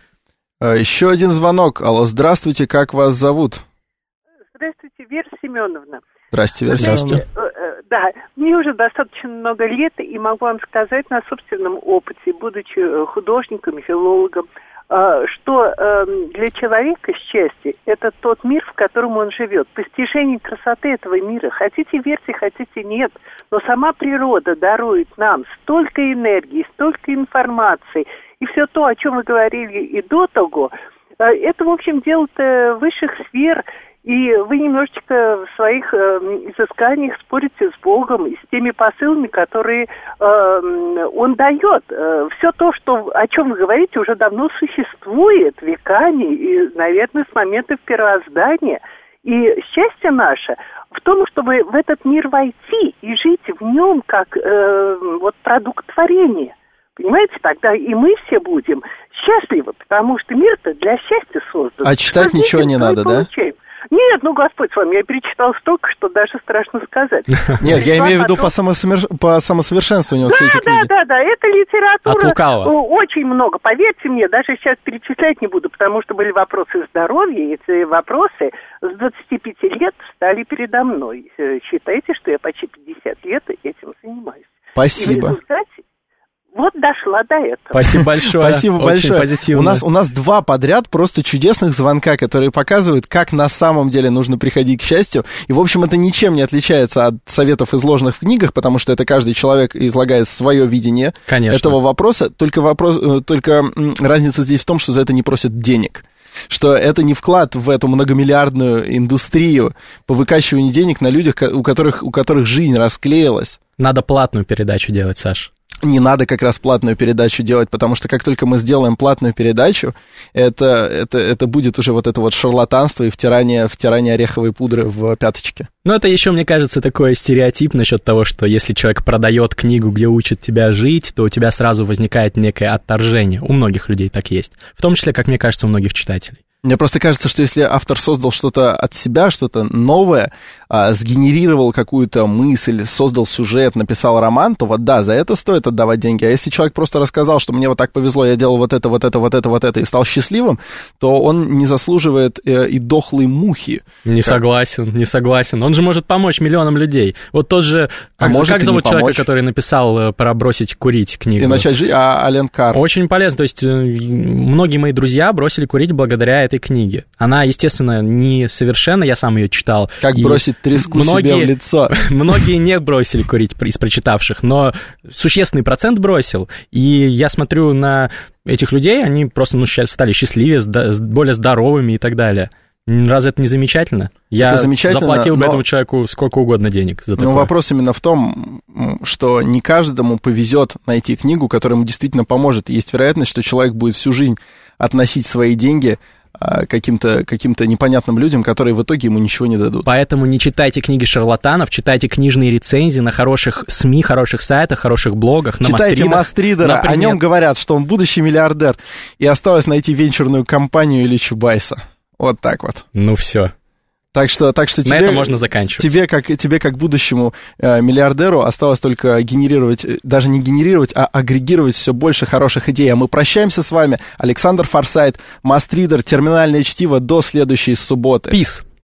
Еще один звонок. Алло, здравствуйте, как вас зовут? Здравствуйте, Вера Семеновна. Здравствуйте, Вера Здравствуйте. Да, мне уже достаточно много лет, и могу вам сказать на собственном опыте, будучи художником и филологом, что для человека счастье – это тот мир, в котором он живет, постижение красоты этого мира. Хотите верьте, хотите нет, но сама природа дарует нам столько энергии, столько информации, и все то, о чем вы говорили и до того, это, в общем, дело-то высших сфер. И вы немножечко в своих э, изысканиях спорите с Богом и с теми посылами, которые э, Он дает. Э, все то, что, о чем вы говорите, уже давно существует веками, и, наверное, с момента первоздания. И счастье наше в том, чтобы в этот мир войти и жить в нем как э, вот продукт творения. Понимаете, тогда и мы все будем счастливы, потому что мир-то для счастья создан. А читать что ничего не надо, да? Получаем. Нет, ну, Господь с вами, я перечитал столько, что даже страшно сказать. Нет, я имею в виду по, самосомер... по самосовершенствованию да, все эти книги. Да, да, да, это литература. От лукавого. Очень много, поверьте мне, даже сейчас перечислять не буду, потому что были вопросы здоровья, и эти вопросы с двадцати пяти лет стали передо мной. Считайте, что я почти пятьдесят лет этим занимаюсь. Спасибо. И в результате вот дошла до этого. Спасибо большое. Спасибо Очень большое. позитивно. У нас, у нас два подряд просто чудесных звонка, которые показывают, как на самом деле нужно приходить к счастью. И, в общем, это ничем не отличается от советов, изложенных в книгах, потому что это каждый человек излагает свое видение Конечно. этого вопроса. Только, вопрос, только разница здесь в том, что за это не просят денег. Что это не вклад в эту многомиллиардную индустрию по выкачиванию денег на людях, у которых, у которых жизнь расклеилась. Надо платную передачу делать, Саш. Не надо как раз платную передачу делать, потому что как только мы сделаем платную передачу, это, это, это будет уже вот это вот шарлатанство и втирание, втирание ореховой пудры в пяточки. Ну, это еще, мне кажется, такой стереотип насчет того, что если человек продает книгу, где учит тебя жить, то у тебя сразу возникает некое отторжение. У многих людей так есть. В том числе, как мне кажется, у многих читателей. Мне просто кажется, что если автор создал что-то от себя, что-то новое, а, сгенерировал какую-то мысль, создал сюжет, написал роман, то вот да, за это стоит отдавать деньги. А если человек просто рассказал, что мне вот так повезло, я делал вот это, вот это, вот это, вот это, и стал счастливым, то он не заслуживает э, и дохлой мухи. Не как... согласен, не согласен. Он же может помочь миллионам людей. Вот тот же... А Как, может как зовут человека, помочь? который написал «Пора бросить курить» книгу? И начать жить, а Ален Карр. Очень полезно. То есть многие мои друзья бросили курить благодаря этой книге. Она, естественно, не совершенна, я сам ее читал. Как и бросить треску многие, себе в лицо. Многие не бросили курить из прочитавших, но существенный процент бросил. И я смотрю на этих людей, они просто ну, стали счастливее, более здоровыми и так далее. Разве это не замечательно? Я это замечательно, заплатил бы но... этому человеку сколько угодно денег за такое. Но вопрос именно в том, что не каждому повезет найти книгу, которая ему действительно поможет. Есть вероятность, что человек будет всю жизнь относить свои деньги каким-то, каким-то непонятным людям, которые в итоге ему ничего не дадут. Поэтому не читайте книги шарлатанов, читайте книжные рецензии на хороших СМИ, хороших сайтах, хороших блогах, на читайте Мастридера, о нем говорят, что он будущий миллиардер, и осталось найти венчурную компанию или Чубайса. Вот так вот. Ну все. Так что, так что тебе, на этом можно заканчивать. Тебе, как, тебе, как будущему э, миллиардеру, осталось только генерировать, даже не генерировать, а агрегировать все больше хороших идей. А мы прощаемся с вами. Александр Форсайт, Мастридер, терминальное чтиво до следующей субботы. Peace.